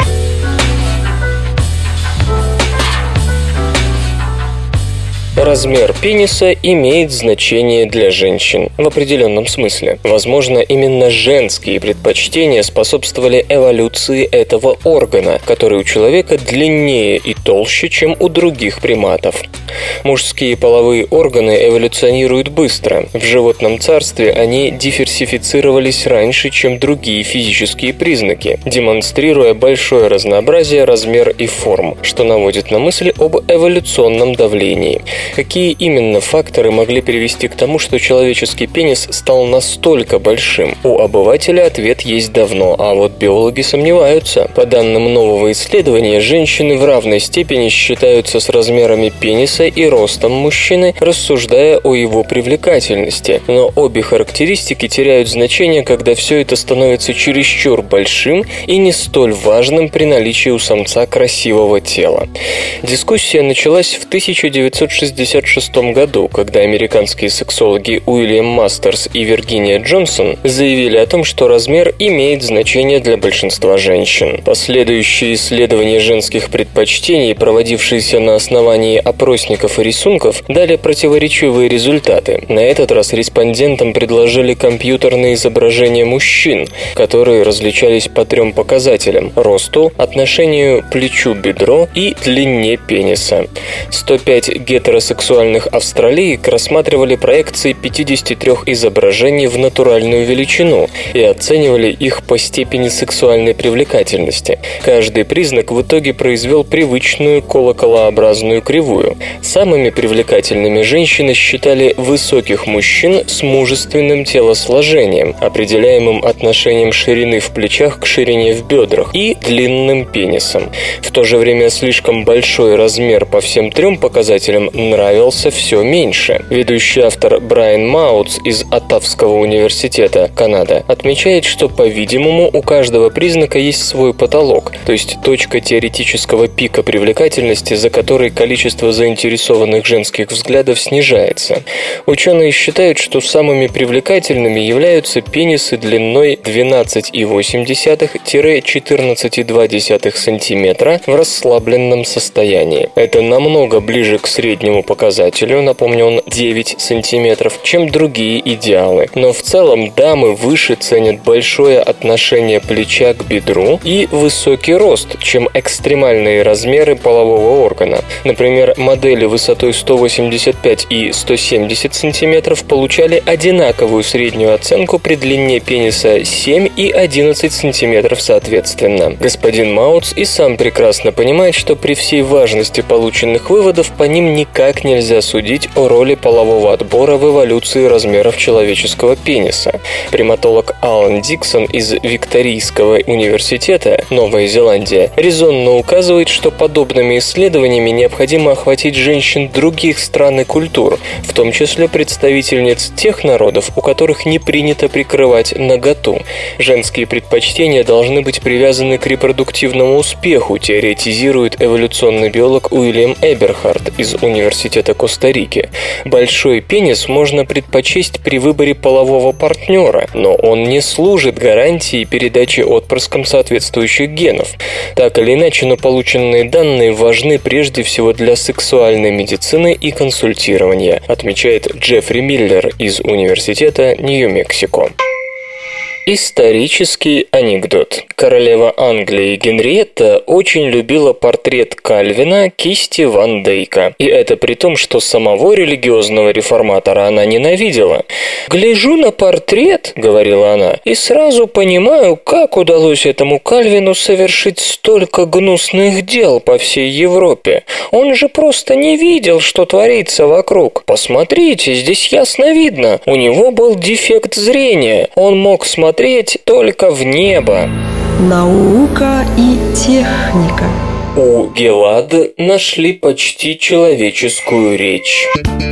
Размер пениса имеет значение для женщин в определенном смысле. Возможно, именно женские предпочтения способствовали эволюции этого органа, который у человека длиннее и толще, чем у других приматов. Мужские половые органы эволюционируют быстро. В животном царстве они диверсифицировались раньше, чем другие физические признаки, демонстрируя большое разнообразие, размер и форм, что наводит на мысль об эволюционном давлении. Какие именно факторы могли привести к тому, что человеческий пенис стал настолько большим? У обывателя ответ есть давно, а вот биологи сомневаются. По данным нового исследования, женщины в равной степени считаются с размерами пениса и ростом мужчины, рассуждая о его привлекательности. Но обе характеристики теряют значение, когда все это становится чересчур большим и не столь важным при наличии у самца красивого тела. Дискуссия началась в тысяча девятьсот шестьдесят шестом году, когда американские сексологи Уильям Мастерс и Виргиния Джонсон заявили о том, что размер имеет значение для большинства женщин. Последующие исследования женских предпочтений, проводившиеся на основании опросников и рисунков, дали противоречивые результаты. На этот раз респондентам предложили компьютерные изображения мужчин, которые различались по трем показателям – росту, отношению плечу-бедро и длине пениса. сто пять гетеросексуальных австралиек рассматривали проекции пятидесяти трёх изображений в натуральную величину и оценивали их по степени сексуальной привлекательности. Каждый признак в итоге произвел привычную колоколообразную кривую. Самыми привлекательными женщины считали высоких мужчин с мужественным телосложением, определяемым отношением ширины в плечах к ширине в бедрах, и длинным пенисом. В то же время слишком большой размер по всем трем показателям нравился все меньше. Ведущий автор Брайан Маутс из Оттавского университета, Канада, отмечает, что, по-видимому, у каждого признака есть свой потолок, то есть точка теоретического пика привлекательности, за которой количество заинтересованных женских взглядов снижается. Ученые считают, что самыми привлекательными являются пенисы длиной двенадцать целых восемь десятых - четырнадцать целых два десятых сантиметра в расслабленном состоянии. Это намного ближе к среднему показателю, напомню, он девять сантиметров, чем другие идеалы. Но в целом дамы выше ценят большое отношение плеча к бедру и высокий рост, чем экстремальные размеры полового органа. Например, модели высотой сто восемьдесят пять и сто семьдесят сантиметров получали одинаковую среднюю оценку при длине пениса семь и одиннадцать сантиметров соответственно. Господин Маутс и сам прекрасно понимает, что при всей важности полученных выводов по ним никак нельзя судить о роли полового отбора в эволюции размеров человеческого пениса. Приматолог Алан Диксон из Викторийского университета, Новая Зеландия, резонно указывает, что подобными исследованиями необходимо охватить женщин других стран и культур, в том числе представительниц тех народов, у которых не принято прикрывать наготу. Женские предпочтения должны быть привязаны к репродуктивному успеху, теоретизирует эволюционный биолог Уильям Эберхард из Университета Коста-Рики. Большой пенис можно предпочесть при выборе полового партнера, но он не служит гарантией передачи отпрыском соответствующих генов. Так или иначе, но полученные данные важны прежде всего для сексуальной медицины и консультирования, отмечает Джеффри Миллер из Университета Нью-Мексико. Исторический анекдот. Королева Англии Генриетта очень любила портрет Кальвина кисти Ван Дейка. И это при том, что самого религиозного реформатора она ненавидела. «Гляжу на портрет, — говорила она, — и сразу понимаю, как удалось этому Кальвину совершить столько гнусных дел по всей Европе. Он же просто не видел, что творится вокруг. Посмотрите, здесь ясно видно. У него был дефект зрения. Он мог смотреть только в небо». Наука и техника. У Гелад нашли почти человеческую речь.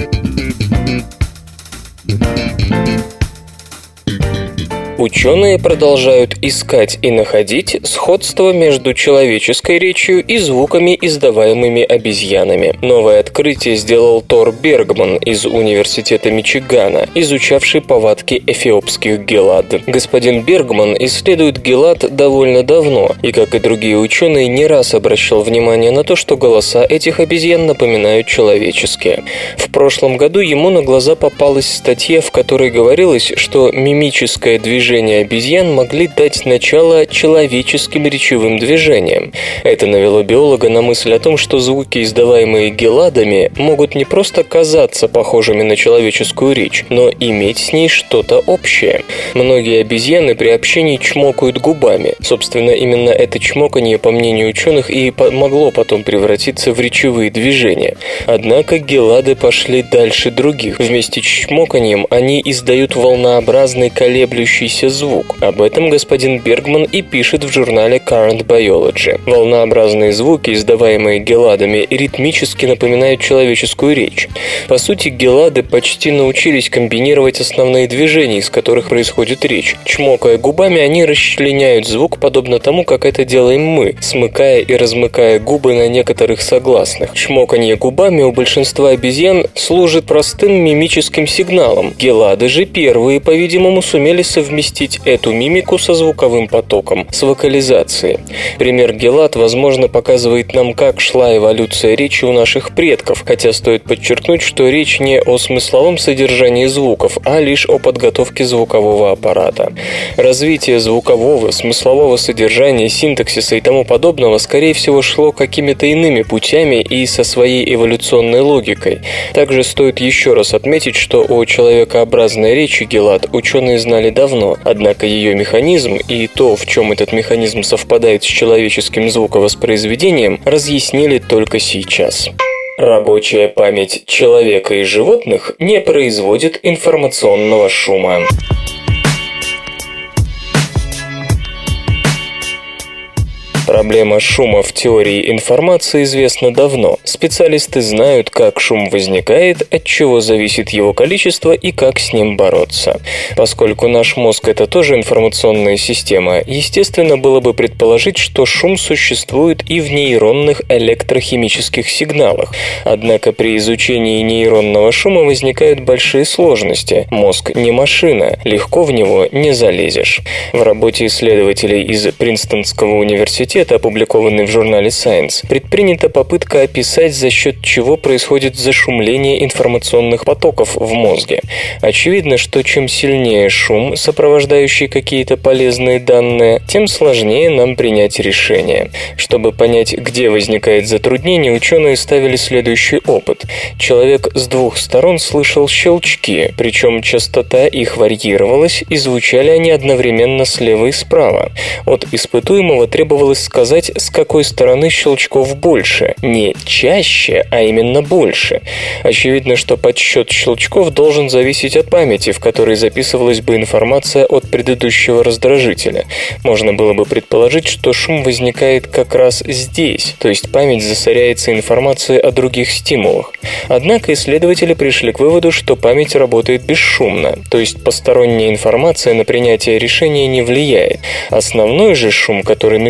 Ученые продолжают искать и находить сходство между человеческой речью и звуками, издаваемыми обезьянами. Новое открытие сделал Тор Бергман из Университета Мичигана, изучавший повадки эфиопских гелад. Господин Бергман исследует гелад довольно давно, и, как и другие ученые, не раз обращал внимание на то, что голоса этих обезьян напоминают человеческие. В прошлом году ему на глаза попалась статья, в которой говорилось, что мимическое движение Движения обезьян могли дать начало человеческим речевым движениям. Это навело биолога на мысль о том, что звуки, издаваемые геладами, могут не просто казаться похожими на человеческую речь, но иметь с ней что-то общее. Многие обезьяны при общении чмокают губами. Собственно, именно это чмоканье, по мнению ученых, и могло потом превратиться в речевые движения. Однако гелады пошли дальше других. Вместе с чмоканьем они издают волнообразный колеблющийся звук. Об этом господин Бергман и пишет в журнале Current Biology. Волнообразные звуки, издаваемые геладами, ритмически напоминают человеческую речь. По сути, гелады почти научились комбинировать основные движения, из которых происходит речь. Чмокая губами, они расчленяют звук, подобно тому, как это делаем мы, смыкая и размыкая губы на некоторых согласных. Чмоканье губами у большинства обезьян служит простым мимическим сигналом. Гелады же первые, по-видимому, сумели совместить эту мимику со звуковым потоком, с вокализацией. Пример гелад, возможно, показывает нам, как шла эволюция речи у наших предков, хотя стоит подчеркнуть, что речь не о смысловом содержании звуков, а лишь о подготовке звукового аппарата. Развитие звукового, смыслового содержания, синтаксиса и тому подобного, скорее всего, шло какими-то иными путями и со своей эволюционной логикой. Также стоит еще раз отметить, что о человекообразной речи гелад ученые знали давно, однако ее механизм и то, в чем этот механизм совпадает с человеческим звуковоспроизведением, разъяснили только сейчас. Рабочая память человека и животных не производит информационного шума. Проблема шума в теории информации известна давно. Специалисты знают, как шум возникает, от чего зависит его количество и как с ним бороться. Поскольку наш мозг – это тоже информационная система, естественно было бы предположить, что шум существует и в нейронных электрохимических сигналах. Однако при изучении нейронного шума возникают большие сложности. Мозг не машина, легко в него не залезешь. В работе исследователей из Принстонского университета, опубликованной в журнале Science, предпринята попытка описать, за счет чего происходит зашумление информационных потоков в мозге. Очевидно, что чем сильнее шум, сопровождающий какие-то полезные данные, тем сложнее нам принять решение. Чтобы понять, где возникает затруднение, ученые ставили следующий опыт. Человек с двух сторон слышал щелчки, причем частота их варьировалась, и звучали они одновременно слева и справа. От испытуемого требовалось сказать, с какой стороны щелчков больше. Не чаще, а именно больше. Очевидно, что подсчет щелчков должен зависеть от памяти, в которой записывалась бы информация от предыдущего раздражителя. Можно было бы предположить, что шум возникает как раз здесь, то есть память засоряется информацией о других стимулах. Однако исследователи пришли к выводу, что память работает бесшумно, то есть посторонняя информация на принятие решения не влияет. Основной же шум, который мешает мозгу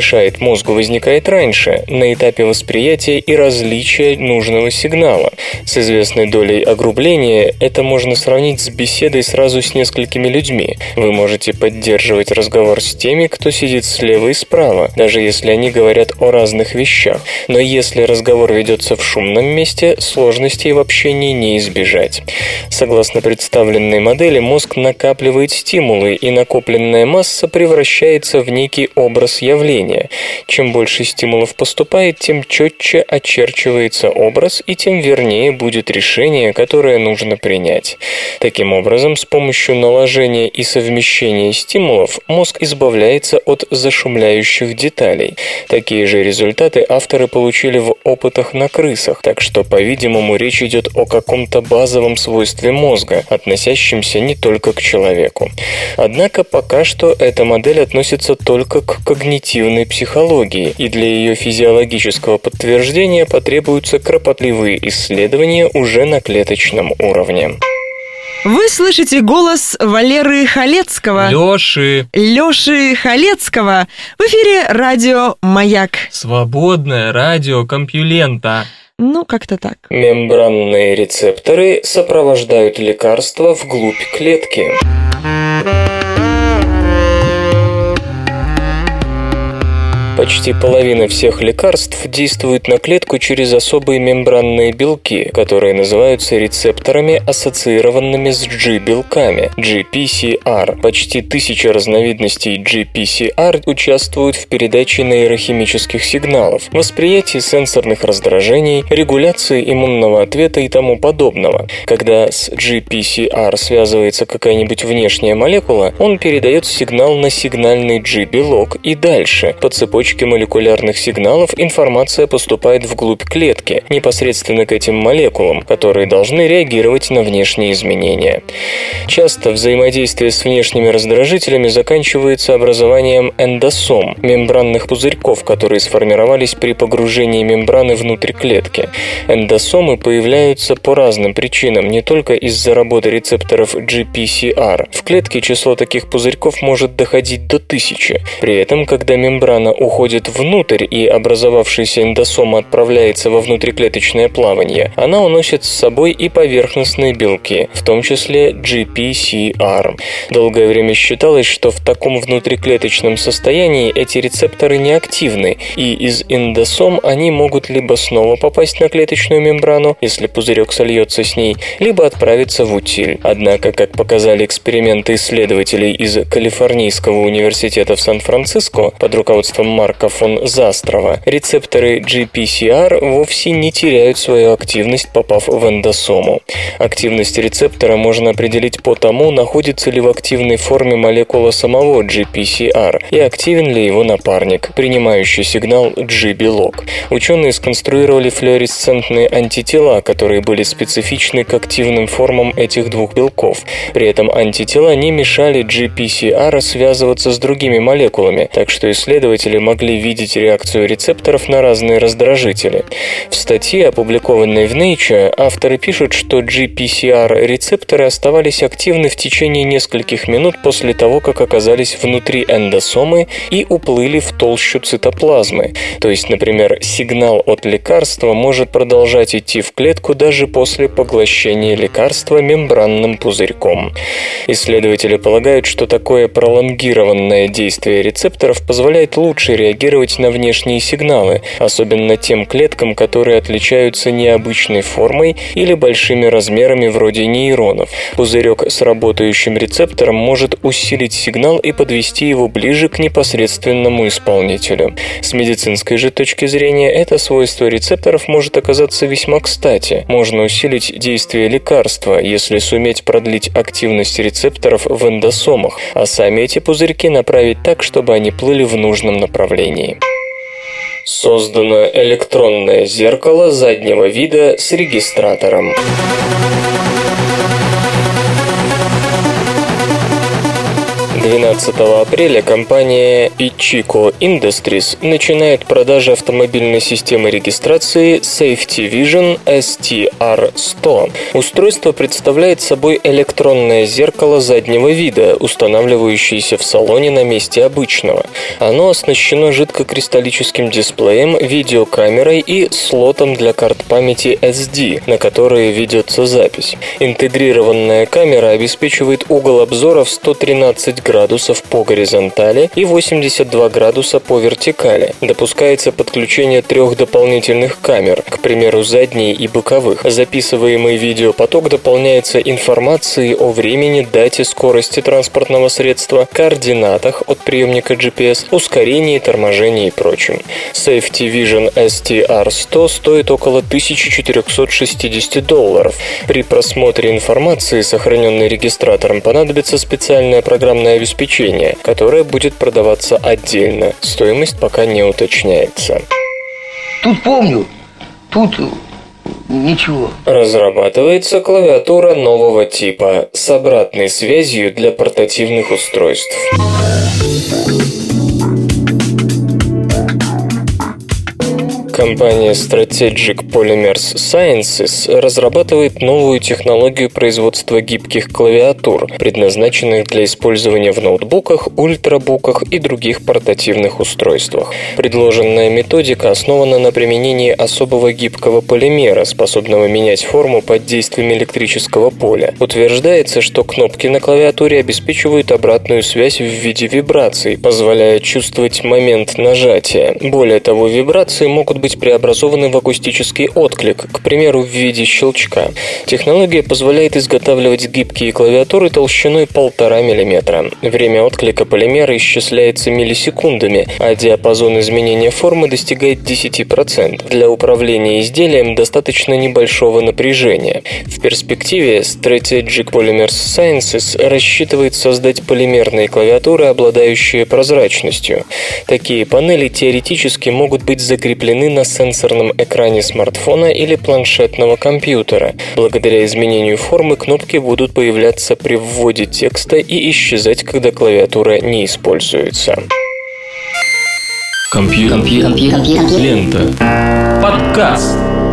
мозгу возникает раньше, на этапе восприятия и различия нужного сигнала. С известной долей огрубления это можно сравнить с беседой сразу с несколькими людьми. Вы можете поддерживать разговор с теми, кто сидит слева и справа, даже если они говорят о разных вещах. Но если разговор ведется в шумном месте, сложностей в общении не избежать. Согласно представленной модели, мозг накапливает стимулы, и накопленная масса превращается в некий образ явления. Чем больше стимулов поступает, тем четче очерчивается образ, и тем вернее будет решение, которое нужно принять. Таким образом, с помощью наложения и совмещения стимулов мозг избавляется от зашумляющих деталей. Такие же результаты авторы получили в опытах на крысах, так что, по-видимому, речь идет о каком-то базовом свойстве мозга, относящемся не только к человеку. Однако пока что эта модель относится только к когнитивной психологии, и для ее физиологического подтверждения потребуются кропотливые исследования уже на клеточном уровне. Вы слышите голос Валеры Халецкого. Лёши. Лёши Халецкого. В эфире радио «Маяк». Свободное радио Компьюлента. Ну, как-то так. Мембранные рецепторы сопровождают лекарства вглубь клетки. Почти половина всех лекарств действует на клетку через особые мембранные белки, которые называются рецепторами, ассоциированными с G-белками – джи пи си ар. Почти тысяча разновидностей джи пи си ар участвуют в передаче нейрохимических сигналов, восприятии сенсорных раздражений, регуляции иммунного ответа и тому подобного. Когда с джи пи си ар связывается какая-нибудь внешняя молекула, он передает сигнал на сигнальный G-белок и дальше, по цепочке молекулярных сигналов информация поступает вглубь клетки, непосредственно к этим молекулам, которые должны реагировать на внешние изменения. Часто взаимодействие с внешними раздражителями заканчивается образованием эндосом, мембранных пузырьков, которые сформировались при погружении мембраны внутрь клетки. Эндосомы появляются по разным причинам, не только из-за работы рецепторов джи пи си ар. В клетке число таких пузырьков может доходить до тысячи. При этом, когда мембрана уходит уходит внутрь и образовавшаяся эндосома отправляется во внутриклеточное плавание, она уносит с собой и поверхностные белки, в том числе джи пи си ар. Долгое время считалось, что в таком внутриклеточном состоянии эти рецепторы неактивны, и из эндосом они могут либо снова попасть на клеточную мембрану, если пузырек сольется с ней, либо отправиться в утиль. Однако, как показали эксперименты исследователей из Калифорнийского университета в Сан-Франциско под руководством Марка фон Застрова, рецепторы джи пи си ар вовсе не теряют свою активность, попав в эндосому. Активность рецептора можно определить по тому, находится ли в активной форме молекула самого джи пи си ар и активен ли его напарник, принимающий сигнал G-белок. Ученые сконструировали флуоресцентные антитела, которые были специфичны к активным формам этих двух белков. При этом антитела не мешали джи пи си ар связываться с другими молекулами, так что исследователи могли видеть реакцию рецепторов на разные раздражители. В статье, опубликованной в Nature, авторы пишут, что джи пи си ар-рецепторы оставались активны в течение нескольких минут после того, как оказались внутри эндосомы и уплыли в толщу цитоплазмы. То есть, например, сигнал от лекарства может продолжать идти в клетку даже после поглощения лекарства мембранным пузырьком. Исследователи полагают, что такое пролонгированное действие рецепторов позволяет лучше реагировать на внешние сигналы, особенно тем клеткам, которые отличаются необычной формой или большими размерами вроде нейронов. Пузырек с работающим рецептором может усилить сигнал и подвести его ближе к непосредственному исполнителю. С медицинской же точки зрения это свойство рецепторов может оказаться весьма кстати. Можно усилить действие лекарства, если суметь продлить активность рецепторов в эндосомах, а сами эти пузырьки направить так, чтобы они плыли в нужном направлении. Создано электронное зеркало заднего вида с регистратором. двенадцатого апреля компания Ichiko Industries начинает продажи автомобильной системы регистрации Safety Vision эс ти ар сто. Устройство представляет собой электронное зеркало заднего вида, устанавливающееся в салоне на месте обычного. Оно оснащено жидкокристаллическим дисплеем, видеокамерой и слотом для карт памяти эс ди, на которые ведется запись. Интегрированная камера обеспечивает угол обзора в сто тринадцать градусов по горизонтали и восемьдесят два градуса по вертикали. Допускается подключение трех дополнительных камер, к примеру, задней и боковых. Записываемый видеопоток дополняется информацией о времени, дате, скорости транспортного средства, координатах от приемника джи пи эс, ускорении, торможении и прочем. Safety Vision эс ти ар сто стоит около тысяча четыреста шестьдесят долларов. При просмотре информации, сохраненной регистратором, понадобится специальное программное обеспечение, которое будет продаваться отдельно. Стоимость пока не уточняется. Тут помню, тут ничего. Разрабатывается клавиатура нового типа с обратной связью для портативных устройств. Компания Strategic Polymers Sciences разрабатывает новую технологию производства гибких клавиатур, предназначенных для использования в ноутбуках, ультрабуках и других портативных устройствах. Предложенная методика основана на применении особого гибкого полимера, способного менять форму под действием электрического поля. Утверждается, что кнопки на клавиатуре обеспечивают обратную связь в виде вибраций, позволяя чувствовать момент нажатия. Более того, вибрации могут быть преобразованы в акустический отклик, к примеру, в виде щелчка. Технология позволяет изготавливать гибкие клавиатуры толщиной полтора миллиметра. Время отклика полимера исчисляется миллисекундами, а диапазон изменения формы достигает десять процентов. Для управления изделием достаточно небольшого напряжения. В перспективе Strategic Polymers Sciences рассчитывает создать полимерные клавиатуры, обладающие прозрачностью. Такие панели теоретически могут быть закреплены на сенсорном экране смартфона или планшетного компьютера. Благодаря изменению формы кнопки будут появляться при вводе текста и исчезать, когда клавиатура не используется. Компьютер. Лента. Подкаст.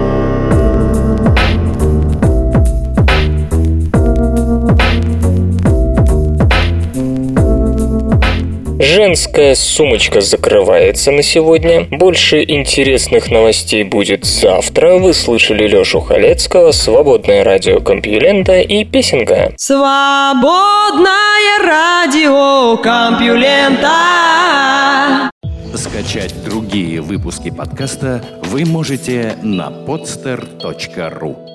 Женская сумочка закрывается на сегодня. Больше интересных новостей будет завтра. Вы слышали Лёшу Халецкого, Свободное радио Компьюлента и Песенка. Свободное радио Компьюлента. Скачать другие выпуски подкаста вы можете на podster точка ру.